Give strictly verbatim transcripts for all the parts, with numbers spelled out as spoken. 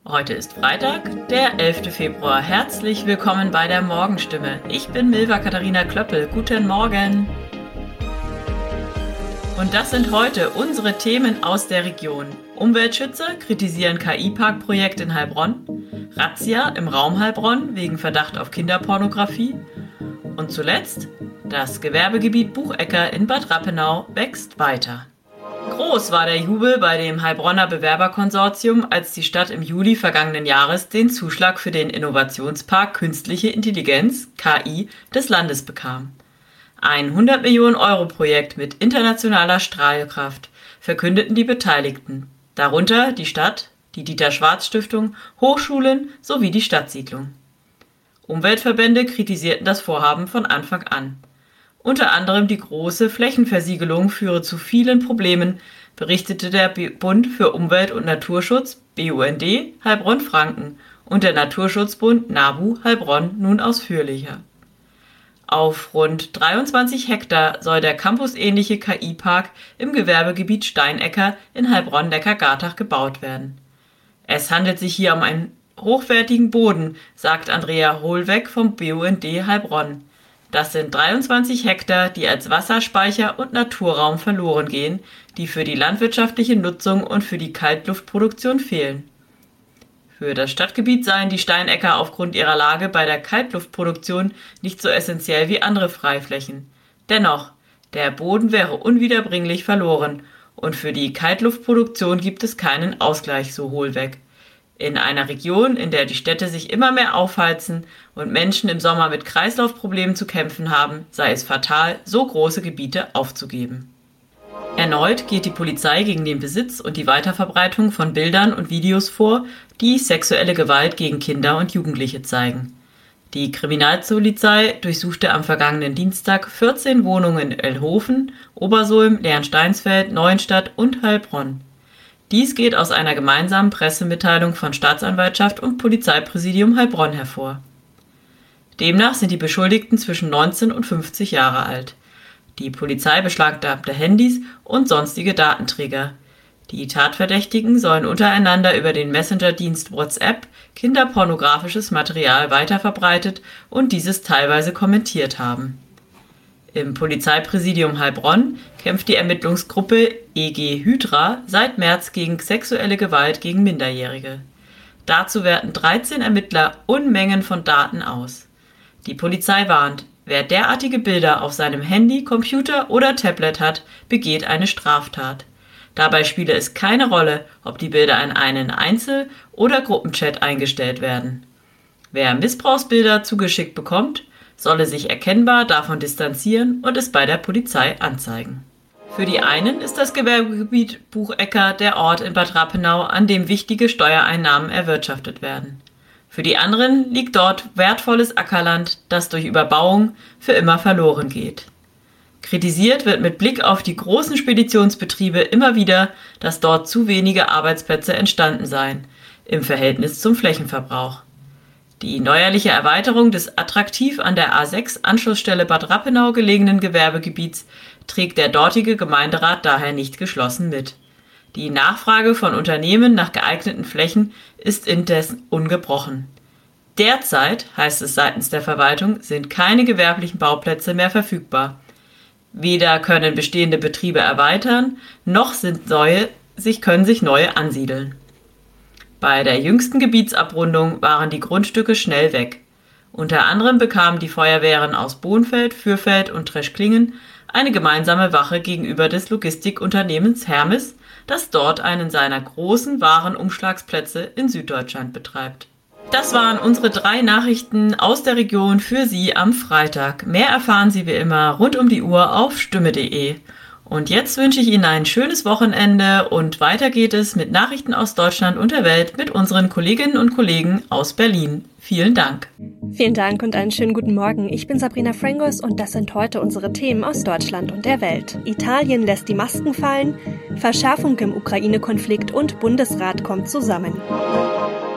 Heute ist Freitag, der elfter Februar. Herzlich willkommen bei der Morgenstimme. Ich bin Milva Katharina Klöppel. Guten Morgen. Und das sind heute unsere Themen aus der Region. Umweltschützer kritisieren K I-Park-Projekt in Heilbronn, Razzia im Raum Heilbronn wegen Verdacht auf Kinderpornografie und zuletzt das Gewerbegebiet Buchecker in Bad Rappenau wächst weiter. Groß war der Jubel bei dem Heilbronner Bewerberkonsortium, als die Stadt im Juli vergangenen Jahres den Zuschlag für den Innovationspark Künstliche Intelligenz K I des Landes bekam. Ein hundert Millionen Euro Projekt mit internationaler Strahlkraft verkündeten die Beteiligten, darunter die Stadt, die Dieter-Schwarz-Stiftung, Hochschulen sowie die Stadtsiedlung. Umweltverbände kritisierten das Vorhaben von Anfang an. Unter anderem die große Flächenversiegelung führe zu vielen Problemen, berichtete der Bund für Umwelt und Naturschutz B U N D Heilbronn-Franken und der Naturschutzbund NABU Heilbronn nun ausführlicher. Auf rund dreiundzwanzig Hektar soll der campusähnliche K I-Park im Gewerbegebiet Steinecker in Heilbronn-Neckargatach gebaut werden. Es handelt sich hier um einen hochwertigen Boden, sagt Andrea Hohlweg vom B U N D Heilbronn. Das sind dreiundzwanzig Hektar, die als Wasserspeicher und Naturraum verloren gehen, die für die landwirtschaftliche Nutzung und für die Kaltluftproduktion fehlen. Für das Stadtgebiet seien die Steinecker aufgrund ihrer Lage bei der Kaltluftproduktion nicht so essentiell wie andere Freiflächen. Dennoch, der Boden wäre unwiederbringlich verloren und für die Kaltluftproduktion gibt es keinen Ausgleich, so Hohlweg. In einer Region, in der die Städte sich immer mehr aufheizen und Menschen im Sommer mit Kreislaufproblemen zu kämpfen haben, sei es fatal, so große Gebiete aufzugeben. Erneut geht die Polizei gegen den Besitz und die Weiterverbreitung von Bildern und Videos vor, die sexuelle Gewalt gegen Kinder und Jugendliche zeigen. Die Kriminalpolizei durchsuchte am vergangenen Dienstag vierzehn Wohnungen in Elhofen, Obersulm, Lehrnsteinsfeld, Neuenstadt und Heilbronn. Dies geht aus einer gemeinsamen Pressemitteilung von Staatsanwaltschaft und Polizeipräsidium Heilbronn hervor. Demnach sind die Beschuldigten zwischen neunzehn und fünfzig Jahre alt. Die Polizei beschlagnahmte Handys und sonstige Datenträger. Die Tatverdächtigen sollen untereinander über den Messenger-Dienst WhatsApp kinderpornografisches Material weiterverbreitet und dieses teilweise kommentiert haben. Im Polizeipräsidium Heilbronn kämpft die Ermittlungsgruppe E G Hydra seit März gegen sexuelle Gewalt gegen Minderjährige. Dazu werten dreizehn Ermittler Unmengen von Daten aus. Die Polizei warnt, wer derartige Bilder auf seinem Handy, Computer oder Tablet hat, begeht eine Straftat. Dabei spiele es keine Rolle, ob die Bilder in einen Einzel- oder Gruppenchat eingestellt werden. Wer Missbrauchsbilder zugeschickt bekommt, solle sich erkennbar davon distanzieren und es bei der Polizei anzeigen. Für die einen ist das Gewerbegebiet Buchecker der Ort in Bad Rappenau, an dem wichtige Steuereinnahmen erwirtschaftet werden. Für die anderen liegt dort wertvolles Ackerland, das durch Überbauung für immer verloren geht. Kritisiert wird mit Blick auf die großen Speditionsbetriebe immer wieder, dass dort zu wenige Arbeitsplätze entstanden seien, im Verhältnis zum Flächenverbrauch. Die neuerliche Erweiterung des attraktiv an der A sechs Anschlussstelle Bad Rappenau gelegenen Gewerbegebiets trägt der dortige Gemeinderat daher nicht geschlossen mit. Die Nachfrage von Unternehmen nach geeigneten Flächen ist indessen ungebrochen. Derzeit, heißt es seitens der Verwaltung, sind keine gewerblichen Bauplätze mehr verfügbar. Weder können bestehende Betriebe erweitern, noch sind neue, sich können sich neue ansiedeln. Bei der jüngsten Gebietsabrundung waren die Grundstücke schnell weg. Unter anderem bekamen die Feuerwehren aus Bohnfeld, Fürfeld und Treschklingen eine gemeinsame Wache gegenüber des Logistikunternehmens Hermes, das dort einen seiner großen Warenumschlagsplätze in Süddeutschland betreibt. Das waren unsere drei Nachrichten aus der Region für Sie am Freitag. Mehr erfahren Sie wie immer rund um die Uhr auf stimme punkt de. Und jetzt wünsche ich Ihnen ein schönes Wochenende und weiter geht es mit Nachrichten aus Deutschland und der Welt mit unseren Kolleginnen und Kollegen aus Berlin. Vielen Dank. Vielen Dank und einen schönen guten Morgen. Ich bin Sabrina Frangos und das sind heute unsere Themen aus Deutschland und der Welt. Italien lässt die Masken fallen, Verschärfung im Ukraine-Konflikt und Bundesrat kommt zusammen.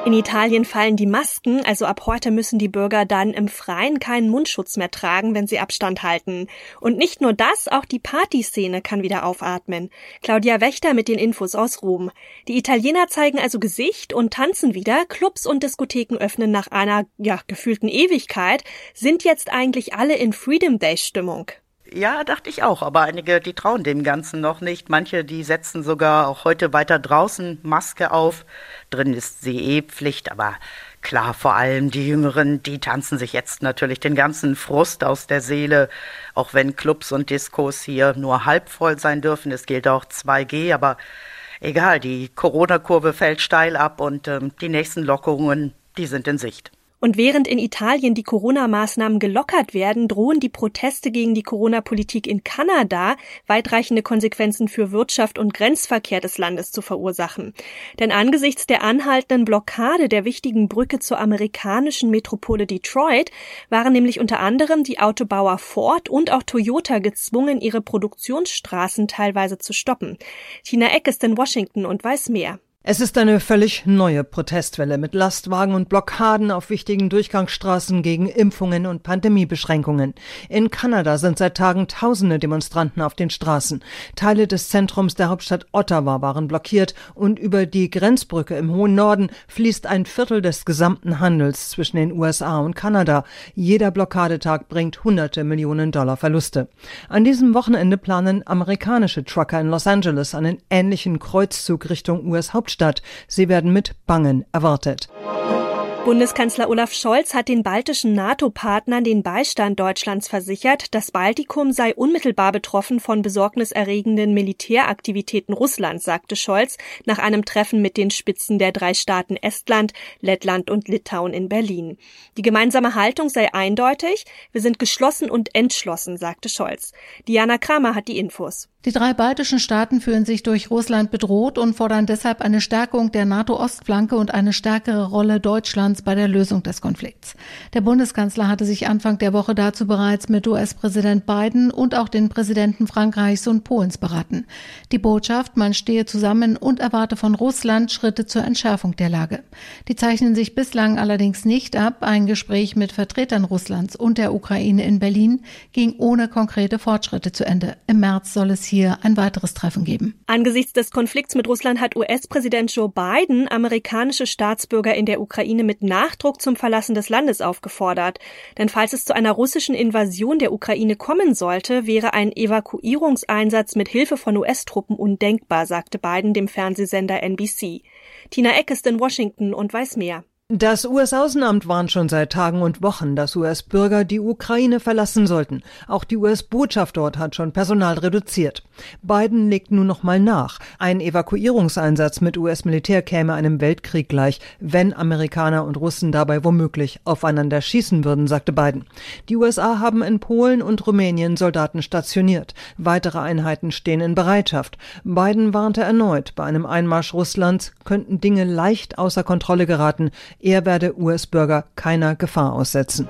In Italien fallen die Masken, also ab heute müssen die Bürger dann im Freien keinen Mundschutz mehr tragen, wenn sie Abstand halten. Und nicht nur das, auch die Partyszene kann wieder aufatmen. Claudia Wächter mit den Infos aus Rom. Die Italiener zeigen also Gesicht und tanzen wieder. Clubs und Diskotheken öffnen nach einer, ja, gefühlten Ewigkeit. Sind jetzt eigentlich alle in Freedom Day-Stimmung? Ja, dachte ich auch, aber einige, die trauen dem Ganzen noch nicht. Manche, die setzen sogar auch heute weiter draußen Maske auf. Drin ist sie eh Pflicht, aber klar, vor allem die Jüngeren, die tanzen sich jetzt natürlich den ganzen Frust aus der Seele. Auch wenn Clubs und Diskos hier nur halb voll sein dürfen, es gilt auch zwei G, aber egal, die Corona-Kurve fällt steil ab und ähm, die nächsten Lockerungen, die sind in Sicht. Und während in Italien die Corona-Maßnahmen gelockert werden, drohen die Proteste gegen die Corona-Politik in Kanada weitreichende Konsequenzen für Wirtschaft und Grenzverkehr des Landes zu verursachen. Denn angesichts der anhaltenden Blockade der wichtigen Brücke zur amerikanischen Metropole Detroit waren nämlich unter anderem die Autobauer Ford und auch Toyota gezwungen, ihre Produktionsstraßen teilweise zu stoppen. Tina Eck ist in Washington und weiß mehr. Es ist eine völlig neue Protestwelle mit Lastwagen und Blockaden auf wichtigen Durchgangsstraßen gegen Impfungen und Pandemiebeschränkungen. In Kanada sind seit Tagen tausende Demonstranten auf den Straßen. Teile des Zentrums der Hauptstadt Ottawa waren blockiert und über die Grenzbrücke im hohen Norden fließt ein Viertel des gesamten Handels zwischen den U S A und Kanada. Jeder Blockadetag bringt hunderte Millionen Dollar Verluste. An diesem Wochenende planen amerikanische Trucker in Los Angeles einen ähnlichen Kreuzzug Richtung U S-Hauptstadt. Sie werden mit Bangen erwartet. Bundeskanzler Olaf Scholz hat den baltischen NATO-Partnern den Beistand Deutschlands versichert. Das Baltikum sei unmittelbar betroffen von besorgniserregenden Militäraktivitäten Russlands, sagte Scholz nach einem Treffen mit den Spitzen der drei Staaten Estland, Lettland und Litauen in Berlin. Die gemeinsame Haltung sei eindeutig. Wir sind geschlossen und entschlossen, sagte Scholz. Diana Kramer hat die Infos. Die drei baltischen Staaten fühlen sich durch Russland bedroht und fordern deshalb eine Stärkung der NATO-Ostflanke und eine stärkere Rolle Deutschlands bei der Lösung des Konflikts. Der Bundeskanzler hatte sich Anfang der Woche dazu bereits mit U S-Präsident Biden und auch den Präsidenten Frankreichs und Polens beraten. Die Botschaft, man stehe zusammen und erwarte von Russland Schritte zur Entschärfung der Lage. Die zeichnen sich bislang allerdings nicht ab. Ein Gespräch mit Vertretern Russlands und der Ukraine in Berlin ging ohne konkrete Fortschritte zu Ende. Im März soll es hier ein weiteres Treffen geben. Angesichts des Konflikts mit Russland hat U S-Präsident Joe Biden amerikanische Staatsbürger in der Ukraine mit Nachdruck zum Verlassen des Landes aufgefordert. Denn falls es zu einer russischen Invasion der Ukraine kommen sollte, wäre ein Evakuierungseinsatz mit Hilfe von U S-Truppen undenkbar, sagte Biden dem Fernsehsender N B C. Tina Eck ist in Washington und weiß mehr. Das U S-Außenamt warnt schon seit Tagen und Wochen, dass U S-Bürger die Ukraine verlassen sollten. Auch die U S-Botschaft dort hat schon Personal reduziert. Biden legt nun noch mal nach. Ein Evakuierungseinsatz mit U S-Militär käme einem Weltkrieg gleich, wenn Amerikaner und Russen dabei womöglich aufeinander schießen würden, sagte Biden. Die U S A haben in Polen und Rumänien Soldaten stationiert. Weitere Einheiten stehen in Bereitschaft. Biden warnte erneut, bei einem Einmarsch Russlands könnten Dinge leicht außer Kontrolle geraten. Er werde U S-Bürger keiner Gefahr aussetzen.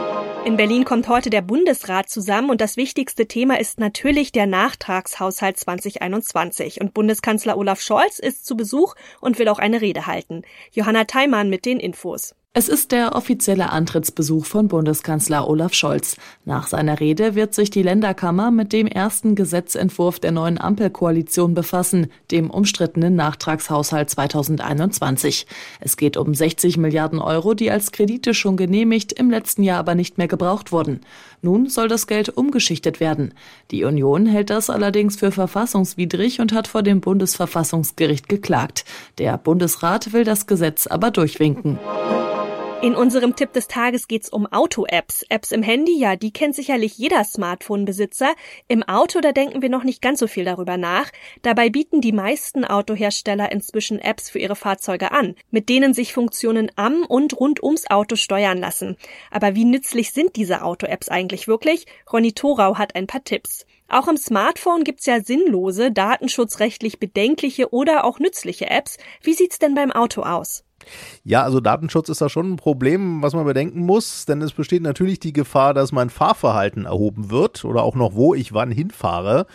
In Berlin kommt heute der Bundesrat zusammen und das wichtigste Thema ist natürlich der Nachtragshaushalt zwanzig einundzwanzig. Und Bundeskanzler Olaf Scholz ist zu Besuch und will auch eine Rede halten. Johanna Theimann mit den Infos. Es ist der offizielle Antrittsbesuch von Bundeskanzler Olaf Scholz. Nach seiner Rede wird sich die Länderkammer mit dem ersten Gesetzentwurf der neuen Ampelkoalition befassen, dem umstrittenen Nachtragshaushalt zwanzig einundzwanzig. Es geht um sechzig Milliarden Euro, die als Kredite schon genehmigt, im letzten Jahr aber nicht mehr gebraucht wurden. Nun soll das Geld umgeschichtet werden. Die Union hält das allerdings für verfassungswidrig und hat vor dem Bundesverfassungsgericht geklagt. Der Bundesrat will das Gesetz aber durchwinken. In unserem Tipp des Tages geht's um Auto-Apps. Apps im Handy, ja, die kennt sicherlich jeder Smartphone-Besitzer. Im Auto, da denken wir noch nicht ganz so viel darüber nach. Dabei bieten die meisten Autohersteller inzwischen Apps für ihre Fahrzeuge an, mit denen sich Funktionen am und rund ums Auto steuern lassen. Aber wie nützlich sind diese Auto-Apps eigentlich wirklich? Ronny Thorau hat ein paar Tipps. Auch im Smartphone gibt's ja sinnlose, datenschutzrechtlich bedenkliche oder auch nützliche Apps. Wie sieht's denn beim Auto aus? Ja, also Datenschutz ist da schon ein Problem, was man bedenken muss, denn es besteht natürlich die Gefahr, dass mein Fahrverhalten erhoben wird oder auch noch, wo ich wann hinfahre.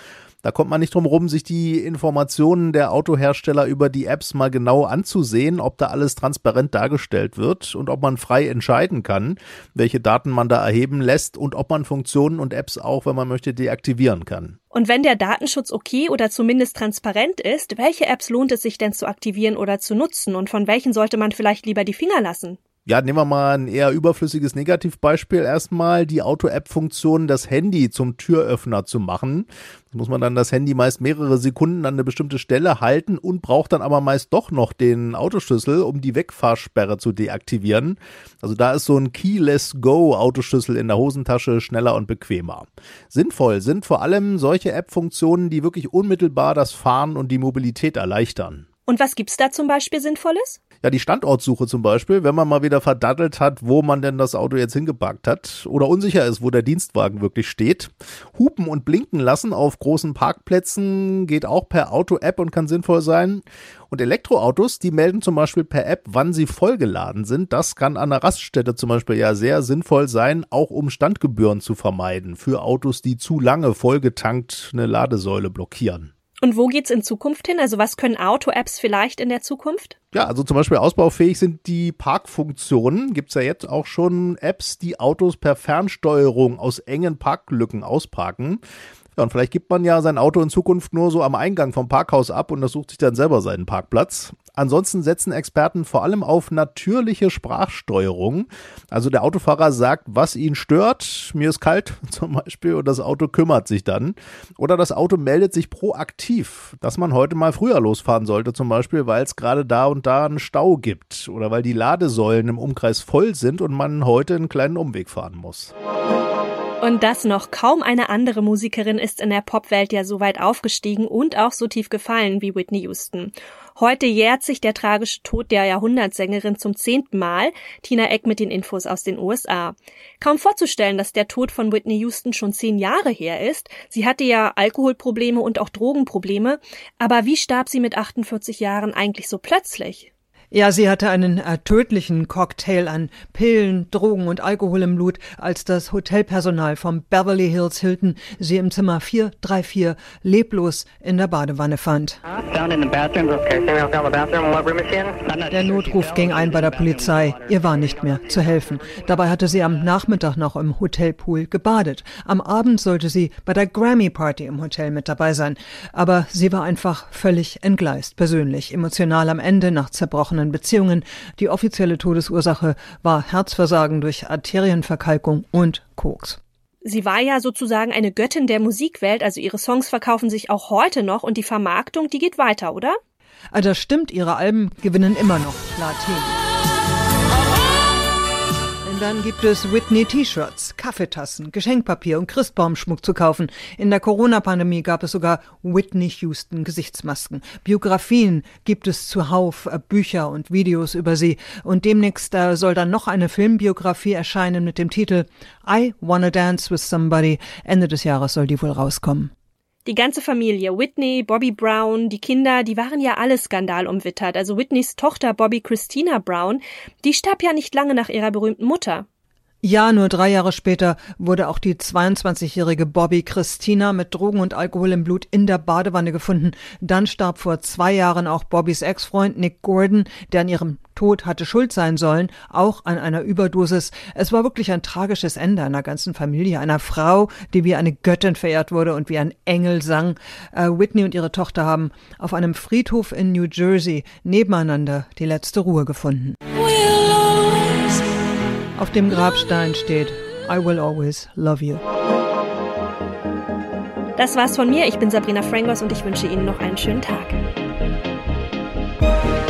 Da kommt man nicht drum rum, sich die Informationen der Autohersteller über die Apps mal genau anzusehen, ob da alles transparent dargestellt wird und ob man frei entscheiden kann, welche Daten man da erheben lässt und ob man Funktionen und Apps auch, wenn man möchte, deaktivieren kann. Und wenn der Datenschutz okay oder zumindest transparent ist, welche Apps lohnt es sich denn zu aktivieren oder zu nutzen und von welchen sollte man vielleicht lieber die Finger lassen? Ja, nehmen wir mal ein eher überflüssiges Negativbeispiel erstmal, die Auto-App-Funktion, das Handy zum Türöffner zu machen. Da muss man dann das Handy meist mehrere Sekunden an eine bestimmte Stelle halten und braucht dann aber meist doch noch den Autoschlüssel, um die Wegfahrsperre zu deaktivieren. Also da ist so ein Keyless-Go-Autoschlüssel in der Hosentasche schneller und bequemer. Sinnvoll sind vor allem solche App-Funktionen, die wirklich unmittelbar das Fahren und die Mobilität erleichtern. Und was gibt's da zum Beispiel Sinnvolles? Ja, die Standortsuche zum Beispiel, wenn man mal wieder verdattelt hat, wo man denn das Auto jetzt hingeparkt hat oder unsicher ist, wo der Dienstwagen wirklich steht. Hupen und blinken lassen auf großen Parkplätzen geht auch per Auto-App und kann sinnvoll sein. Und Elektroautos, die melden zum Beispiel per App, wann sie vollgeladen sind. Das kann an einer Raststätte zum Beispiel ja sehr sinnvoll sein, auch um Standgebühren zu vermeiden für Autos, die zu lange vollgetankt eine Ladesäule blockieren. Und wo geht's in Zukunft hin? Also was können Auto-Apps vielleicht in der Zukunft? Ja, also zum Beispiel ausbaufähig sind die Parkfunktionen. Gibt's ja jetzt auch schon Apps, die Autos per Fernsteuerung aus engen Parklücken ausparken. Ja, und vielleicht gibt man ja sein Auto in Zukunft nur so am Eingang vom Parkhaus ab und das sucht sich dann selber seinen Parkplatz. Ansonsten setzen Experten vor allem auf natürliche Sprachsteuerung. Also der Autofahrer sagt, was ihn stört, mir ist kalt zum Beispiel, und das Auto kümmert sich dann. Oder das Auto meldet sich proaktiv, dass man heute mal früher losfahren sollte zum Beispiel, weil es gerade da und da einen Stau gibt oder weil die Ladesäulen im Umkreis voll sind und man heute einen kleinen Umweg fahren muss. Und das noch, kaum eine andere Musikerin ist in der Popwelt ja so weit aufgestiegen und auch so tief gefallen wie Whitney Houston. Heute jährt sich der tragische Tod der Jahrhundertsängerin zum zehnten Mal. Tina Eck mit den Infos aus den U S A. Kaum vorzustellen, dass der Tod von Whitney Houston schon zehn Jahre her ist. Sie hatte ja Alkoholprobleme und auch Drogenprobleme. Aber wie starb sie mit achtundvierzig Jahren eigentlich so plötzlich? Ja, sie hatte einen äh, tödlichen Cocktail an Pillen, Drogen und Alkohol im Blut, als das Hotelpersonal vom Beverly Hills Hilton sie im Zimmer vier drei vier leblos in der Badewanne fand. Der Notruf ging ein bei der Polizei. Ihr war nicht mehr zu helfen. Dabei hatte sie am Nachmittag noch im Hotelpool gebadet. Am Abend sollte sie bei der Grammy-Party im Hotel mit dabei sein. Aber sie war einfach völlig entgleist, persönlich, emotional am Ende nach zerbrochenen Beziehungen. Die offizielle Todesursache war Herzversagen durch Arterienverkalkung und Koks. Sie war ja sozusagen eine Göttin der Musikwelt, also ihre Songs verkaufen sich auch heute noch und die Vermarktung, die geht weiter, oder? Das stimmt, ihre Alben gewinnen immer noch Platin. Dann gibt es Whitney-T-Shirts, Kaffeetassen, Geschenkpapier und Christbaumschmuck zu kaufen. In der Corona-Pandemie gab es sogar Whitney Houston-Gesichtsmasken. Biografien gibt es zuhauf, Bücher und Videos über sie. Und demnächst äh, soll dann noch eine Filmbiografie erscheinen mit dem Titel I Wanna Dance with Somebody. Ende des Jahres soll die wohl rauskommen. Die ganze Familie, Whitney, Bobby Brown, die Kinder, die waren ja alle skandalumwittert. Also Whitneys Tochter Bobby Christina Brown, die starb ja nicht lange nach ihrer berühmten Mutter. Ja, nur drei Jahre später wurde auch die zweiundzwanzigjährige Bobby Christina mit Drogen und Alkohol im Blut in der Badewanne gefunden. Dann starb vor zwei Jahren auch Bobbys Ex-Freund Nick Gordon, der an ihrem Tod hatte schuld sein sollen, auch an einer Überdosis. Es war wirklich ein tragisches Ende einer ganzen Familie, einer Frau, die wie eine Göttin verehrt wurde und wie ein Engel sang. Äh, Whitney und ihre Tochter haben auf einem Friedhof in New Jersey nebeneinander die letzte Ruhe gefunden. Auf dem Grabstein steht I will always love you. Das war's von mir. Ich bin Sabrina Frangos und ich wünsche Ihnen noch einen schönen Tag.